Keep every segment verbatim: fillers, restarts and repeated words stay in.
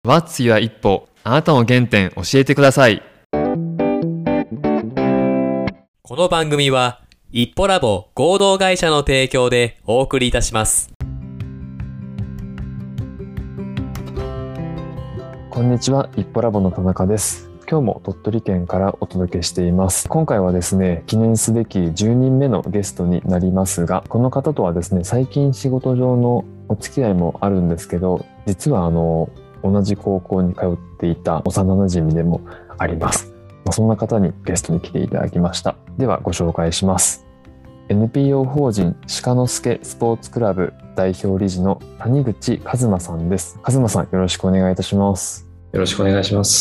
What's your 一歩、あなたの原点教えてください。 この番組は一歩ラボ合同会社の提供でお送りいたします。 こんにちは、一歩ラボの田中です。今日も鳥取県からお届けしています。今回はですね、記念すべきじゅうにんめのゲストになりますが、この方とはですね、最近仕事上のお付き合いもあるんですけど、実はあの同じ高校に通っていた幼馴染でもあります。そんな方にゲストに来ていただきました。ではご紹介します。 エヌピーオー 法人鹿之助スポーツクラブ代表理事の谷口一馬さんです。一馬さん、よろしくお願いいたします。 よろしくお願いします。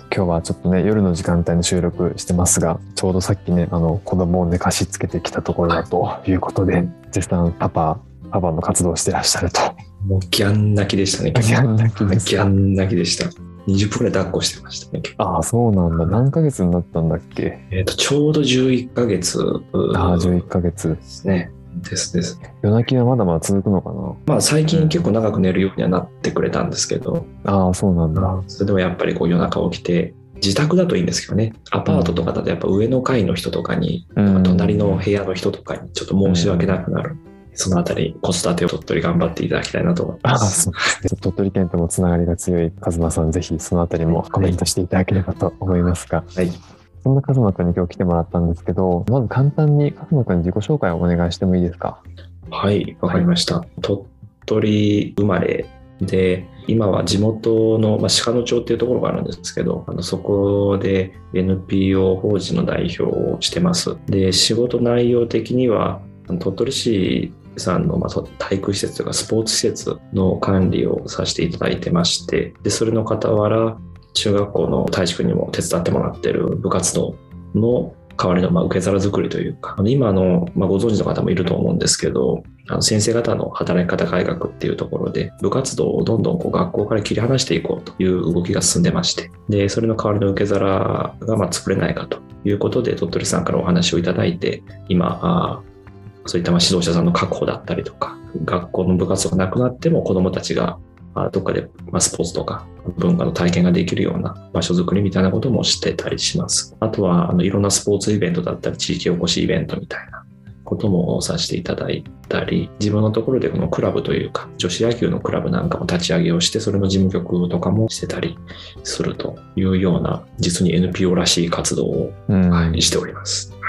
今日はちょっとね、夜の時間帯に収録してますが、ちょうどさっきね、あの子供を寝かしつけてきたところだということで、絶賛パパパパの活動をしてらっしゃると。 もうギャン泣きでしたね。 ギャン泣きです。 ギャン泣きでした。にじゅっぷんくらい抱っこしてましたね。 ああ、そうなんだ。何ヶ月になったんだっけ？ えっとちょうどじゅういっかげつ。 ああ、じゅういっかげつですね。ですです。 夜泣きはまだまだ続くのかな？ まあ最近結構長く寝るようにはなってくれたんですけど、 ああ、そうなんだ。 それでもやっぱりこう夜中起きて、自宅だといいんですけどね、アパートとかだとやっぱ上の階の人とかに、うん、隣の部屋の人とかにちょっと申し訳なくなる。うん、そのあたり子育てを鳥取頑張っていただきたいなと思います。 ああ、そう鳥取県ともつながりが強い一馬さん、ぜひそのあたりもコメントしていただければと思いますが、はい、そんな一馬君に今日来てもらったんですけど、まず簡単に一馬君に自己紹介をお願いしてもいいですか？ はい、わかりました。はい、鳥取生まれで、今は地元の、まあ、鹿野町っていうところがあるんですけど、あのそこで エヌピーオー 法人の代表をしてます。で、仕事内容的には鳥取市さんのまあ体育施設とかスポーツ施設の管理をさせていただいてまして、でそれの傍ら中学校の体育にも手伝ってもらってる部活動の代わりのまあ受け皿作りというか、今の、まあ、ご存知の方もいると思うんですけど、あの先生方の働き方改革っていうところで部活動をどんどんこう学校から切り離していこうという動きが進んでまして、でそれの代わりの受け皿がまあ作れないかということで鳥取さんからお話をいただいて、今あそういったまあ指導者さんの確保だったりとか、学校の部活がなくなっても子どもたちがどっかでスポーツとか文化の体験ができるような場所づくりみたいなこともしてたりします。あとはあのいろんなスポーツイベントだったり地域おこしイベントみたいなこともさせていただいたり、自分のところでこのクラブというか女子野球のクラブなんかも立ち上げをして、それの事務局とかもしてたりするというような、実に エヌピーオー らしい活動を、はい、しております。はい、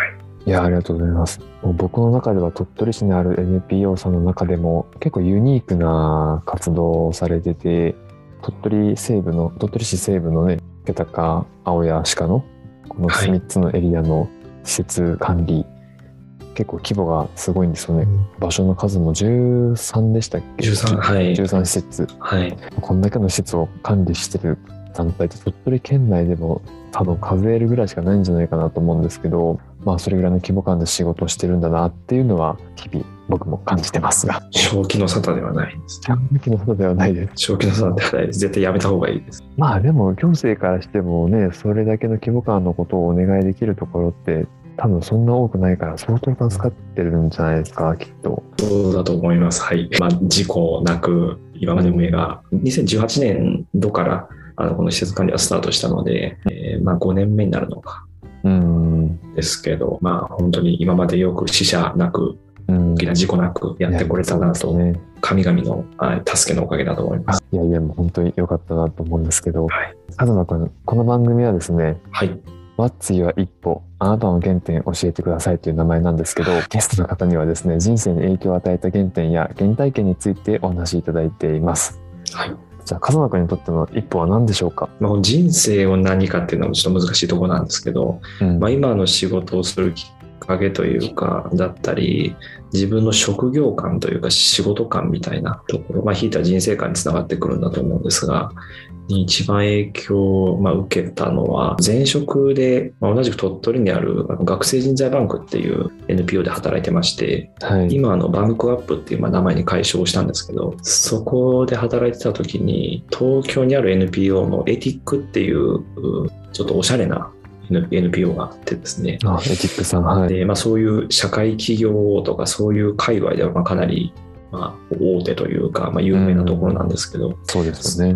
いや、ありがとうございます。僕の中では鳥取市にある エヌピーオー さんの中でも結構ユニークな活動をされてて、鳥取西部の鳥取市西部のね、気高、青谷、鹿のこのみっつのエリアの施設管理、はい、結構規模がすごいんですよね。うん、場所の数もじゅうさんでしたっけ？ じゅうさん、はい、 じゅうさん施設、 はい、 こんだけの施設を管理してる団体って鳥取県内でも多分数えるぐらいしかないんじゃないかなと思うんですけど、まあそれぐらいの規模感で仕事をしてるんだなっていうのは日々僕も感じてますが、 正気の沙汰ではないです。 正気の沙汰ではないです。 正気の沙汰ではないです。絶対やめた方がいいです。 まあでも行政からしてもね、それだけの規模感のことをお願いできるところって多分そんな多くないから相当助かってるんじゃないですか、きっと。 そうだと思います。はい。まあ事故なく今まで運営がにせんじゅうはちねん度からあのこの施設管理はスタートしたので、えー、まあごねんめになるのか。うんですけど、まあ本当に今までよく死者なく、大きな事故なくやってこれたなと、ね、神々の助けのおかげだと思います。 いやいや、もう本当に良かったなと思うんですけど、はい、一馬君、この番組はですね、 はい、 What's your 一歩、あなたの原点教えてくださいという名前なんですけど、ゲストの方にはですね、人生に影響を与えた原点や原体験についてお話しいただいています。はい。じゃあ、一馬君にとっての一歩は何でしょうか？ まあ、人生を何かっていうのはちょっと難しいところなんですけど、うん、まあ、今の仕事をするきっかけというかだったり、自分の職業観というか仕事観みたいなところ、まあ、ひいては人生観につながってくるんだと思うんですが、一番影響を、まあ、受けたのは前職で、まあ、同じく鳥取にあるあの学生人材バンクっていう エヌピーオー で働いてまして、はい、今あのバンクアップっていうまあ名前に改称したんですけど、そこで働いてた時に東京にある エヌピーオー のエティックっていうちょっとおしゃれな エヌピーオー があってですね、 あ、エティックさん、はい。 で、まあ、そういう社会企業とかそういう界隈ではまあかなりまあ大手というか、まあ、有名なところなんですけど、うん、 そうですよね。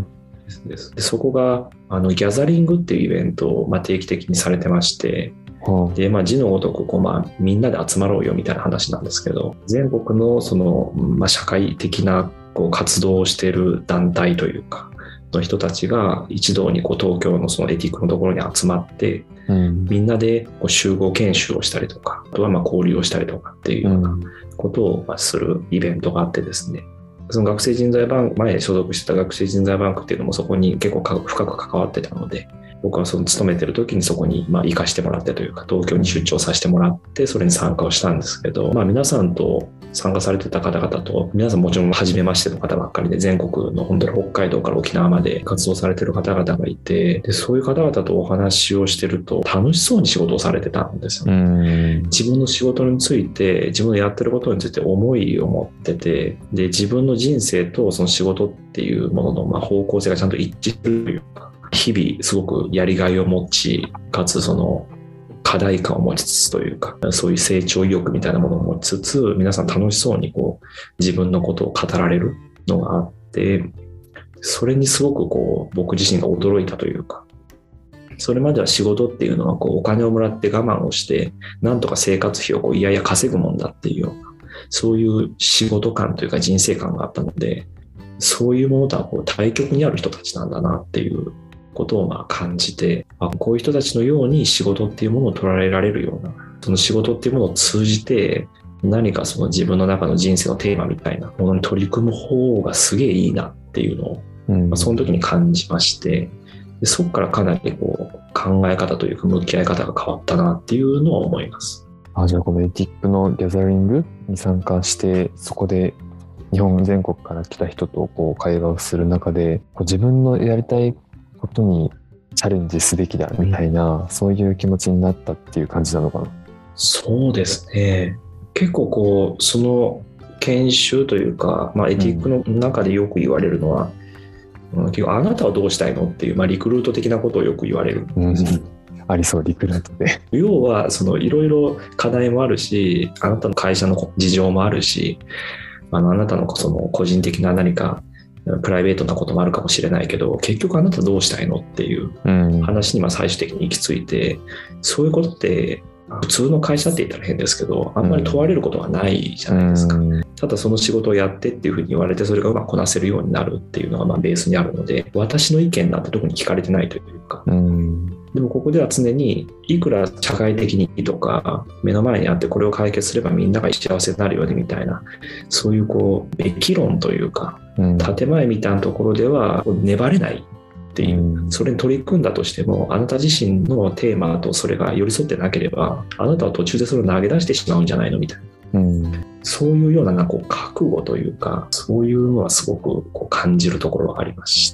ですですでそこがあのギャザリングっていうイベントを、まあ、定期的にされてまして、で、まあ、字のごとくこう、まあ、みんなで集まろうよみたいな話なんですけど、全国のその、まあ、社会的なこう活動をしている団体というかの人たちが一堂にこう東京のそのエティックのところに集まって、うん、みんなでこう集合研修をしたりとか、あとはまあ交流をしたりとかっていうようなことをまあするイベントがあってですね、その学生人材バンク、前所属してた学生人材バンクっていうのもそこに結構か深く関わってたので、僕はその勤めてる時にそこにまあ行かしてもらってというか、東京に出張させてもらってそれに参加をしたんですけど、まあ、皆さんと参加されてた方々と、皆さんもちろん初めましての方ばっかりで、全国の本当に北海道から沖縄まで活動されてる方々がいて、でそういう方々とお話をしてると楽しそうに仕事をされてたんですよね。自分の仕事について、自分のやってることについて思いを持ってて、で自分の人生とその仕事っていうもののまあ方向性がちゃんと一致するというか、日々すごくやりがいを持ち、かつその課題感を持ちつつというか、そういう成長意欲みたいなものを持ちつつ、皆さん楽しそうにこう自分のことを語られるのがあって、それにすごくこう僕自身が驚いたというか、それまでは仕事っていうのはこうお金をもらって我慢をしてなんとか生活費をこういやいや稼ぐもんだっていうような、そういう仕事感というか人生観があったので、そういうものとはこう対極にある人たちなんだなっていうことをまあ感じて、あ、こういう人たちのように仕事っていうものを捉えられるような、その仕事っていうものを通じて何かその自分の中の人生のテーマみたいなものに取り組む方がすげえいいなっていうのを、うんまあ、その時に感じまして、でそこからかなりこう考え方というか向き合い方が変わったなっていうのを思います。 あ、じゃあこのエティックのギャザリングに参加して、そこで日本全国から来た人とこう会話をする中で、こう自分のやりたいことにチャレンジすべきだみたいな、うん、そういう気持ちになったっていう感じなのかな。 そうですね。結構こうその研修というか、まあ、エティックの中でよく言われるのは、うん、結構あなたはどうしたいのっていう、まあ、リクルート的なことをよく言われる、うん、 ありそう、リクルートで。 要はそのいろいろ課題もあるし、あなたの会社の事情もあるし、あのあなたのその個人的な何かプライベートなこともあるかもしれないけど、結局あなたどうしたいのっていう話にまあ最終的に行き着いて、うん、そういうことって普通の会社って言ったら変ですけど、あんまり問われることはないじゃないですか、うん、ただその仕事をやってっていうふうに言われて、それがうまくこなせるようになるっていうのがまあベースにあるので、私の意見なんて特に聞かれてないというか、うん、でもここでは常にいくら社会的にいいとか目の前にあってこれを解決すればみんなが幸せになるよねみたいな、そういうこうべき論というか、うん、建前みたいなところでは粘れないっていう、うん、それに取り組んだとしても、あなた自身のテーマとそれが寄り添ってなければ、あなたは途中でそれを投げ出してしまうんじゃないのみたいな、うん、そういうような、なんかこう覚悟というか、そういうのはすごくこう感じるところはありました。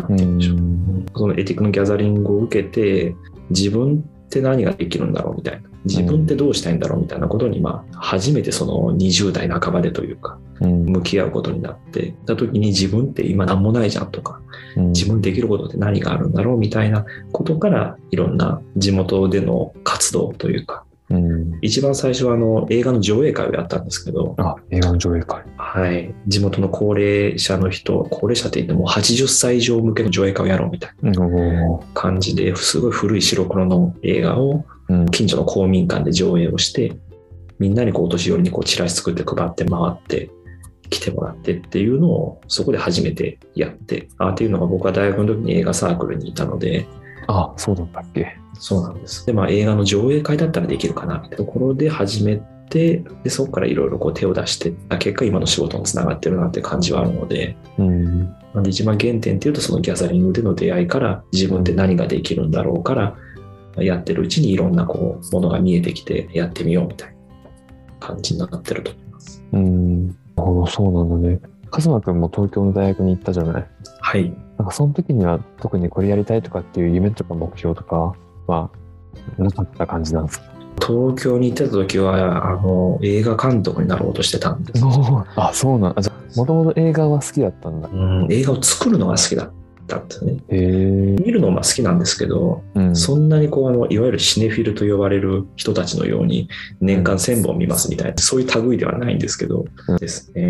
なんて言うんでしょう、うん、そのエティックのギャザリングを受けて、自分って何ができるんだろうみたいな、自分ってどうしたいんだろうみたいなことに、まあ初めてそのにじゅう代半ばでというか向き合うことになってた時に、自分って今何もないじゃんとか、自分できることって何があるんだろうみたいなことから、いろんな地元での活動というか、うん、一番最初はあの映画の上映会をやったんですけど、 あ、映画の上映会、 はい、地元の高齢者の人、高齢者って言ってもはちじゅっさい以上向けの上映会をやろうみたいな感じで、すごい古い白黒の映画を近所の公民館で上映をして、みんなにこうお年寄りにこうチラシ作って配って回って来てもらってっていうのをそこで初めてやって、あっていうのが、僕は大学の時に映画サークルにいたので。 あ、そうだったっけ。 そうなんです。で、まあ映画の上映会だったらできるかなみたいなところで始めて、でそこからいろいろこう手を出して、結果今の仕事につながってるなっていう感じはあるので、うん、なんで一番原点っていうと、そのギャザリングでの出会いから、自分って何ができるんだろうからやってるうちにいろんなこうものが見えてきて、やってみようみたいな感じになってると思います。 うん、なるほど、そうなんだね。カズマくんも東京の大学に行ったじゃない。 はい。 なんかその時には特にこれやりたいとかっていう夢とか目標とかはなかった感じなんですか？ 東京に行ってた時はあの映画監督になろうとしてたんです。 あ、そうなん。じゃあもともと映画は好きだったんだ。 うん、映画を作るのが好きだったんですね。へー。見るのも好きなんですけど、うん、そんなにこうあのいわゆるシネフィルと呼ばれる人たちのように年間せんぼん見ますみたいな、そういう類ではないんですけど、うん、ですね。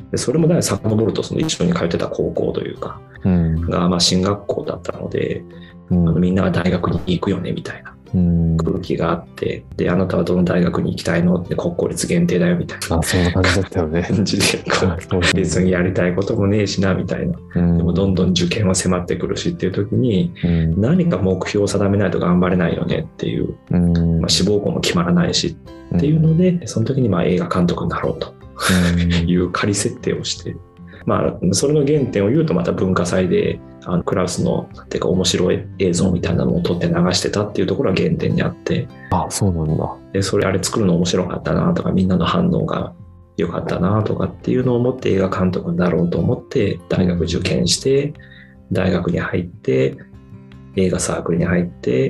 でそれもだい遡るとその一緒に通ってた高校というか、 うん、 がまあ進学校だったので、 うん、 あのみんなが大学に行くよねみたいな空気があって、であなたはどの大学に行きたいのって国公立限定だよみたいな、 あ、そんな感じだったよね。 感じでこう別にやりたいこともねえしなみたいな、 うん、 でもどんどん受験は迫ってくるしっていう時に、うん、何か目標を定めないと頑張れないよねっていう、うん、まあ、志望校も決まらないしっていうので、その時にまあ映画監督になろうという仮設定をして、まあ、それの原点を言うとまた文化祭であのクラスのてか面白い映像みたいなのを撮って流してたっていうところが原点にあって、 あ、そうなんだ。 でそれあれ作るの面白かったなとか、みんなの反応が良かったなとかっていうのを思って映画監督になろうと思って大学受験して、大学に入って映画サークルに入って、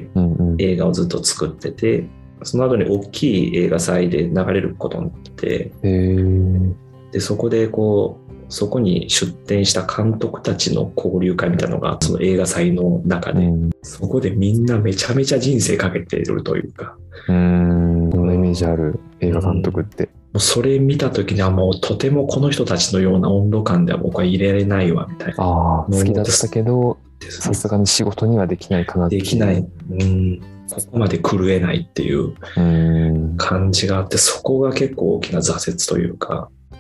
うんうん、映画をずっと作ってて、その後に大きい映画祭で流れることになって、 へー、 でそこでこうそこに出展した監督たちの交流会みたいなのがその映画祭の中で、うん、そこでみんなめちゃめちゃ人生かけているというか、 うーん、そんなイメージある映画監督って、 うん、それ見た時にはもうとてもこの人たちのような温度感では僕は入れられないわみたいな。 ああ、好きだったけどさすがに仕事にはできないかなっていう。 できない、うん、ここまで狂えないっていう感じがあって、そこが結構大きな挫折というか、うん、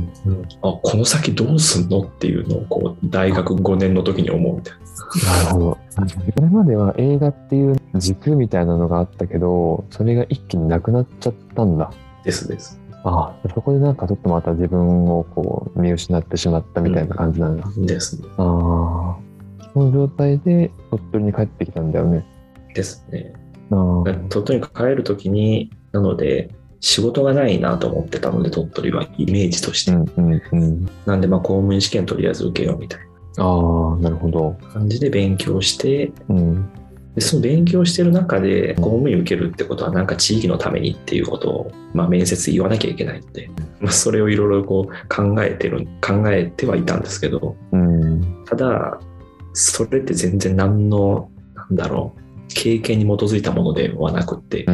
あ、この先どうすんのっていうのをこう大学ごねんの時に思うみたいな。 なるほど。これまでは映画っていう軸みたいなのがあったけど、それが一気になくなっちゃったんだ。 ですです。 ああ、そこでなんかちょっとまた自分をこう見失ってしまったみたいな感じなんだ。 うん、ですね。 ああ、その状態で鳥取に帰ってきたんだよね。 ですね。 あ、 鳥取に帰る時に、なので仕事がないなと思ってたので、鳥取はイメージとして、うんうんうん、なんでまあ公務員試験とりあえず受けようみたいな、 ああ、なるほど、 感じで勉強して、 うん、 でその勉強してる中で公務員受けるってことはなんか地域のためにっていうことを、まあ、面接で言わなきゃいけないので、まあ、それをいろいろこう考えてる考えてはいたんですけど、うん、ただそれって全然何のなんだろう経験に基づいたものではなくって、うん、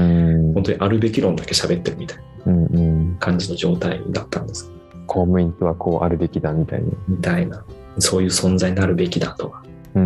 本当にあるべき論だけ喋ってるみたいな感じの状態だったんです。 公務員とはこうあるべきだみたいなみたいな、そういう存在になるべきだとか、 うん、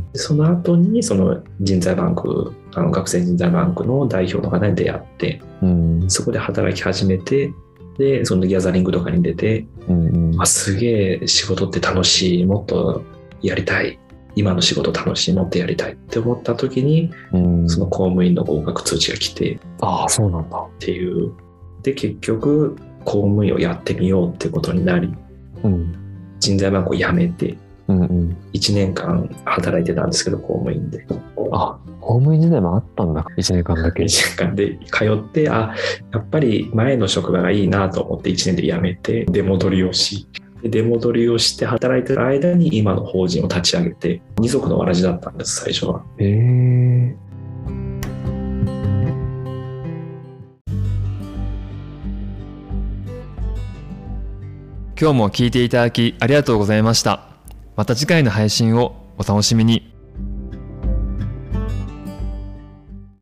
その後にその人材バンクあの学生人材バンクの代表の方に出会って、うん、そこで働き始めて、でそのギャザリングとかに出て、うんうん、あすげえ仕事って楽しい、もっとやりたい、今の仕事楽しい、もっとやりたいって思った時に、うん、その公務員の合格通知が来て、 ああそうなんだっていう、で結局公務員をやってみようってことになり、うん、人材バンクを辞めて、うんうん、いちねんかん働いてたんですけど、公務員で。 あ、公務員時代もあったんだ。いちねんかんだけ。 いちねんかんで通って、あ、やっぱり前の職場がいいなと思っていちねんで辞めて出戻りをし、出戻りをして働いてる間に今の法人を立ち上げて、二足のわらじだったんです、最初は。 へー。 今日も聞いていただきありがとうございました。また次回の配信をお楽しみに。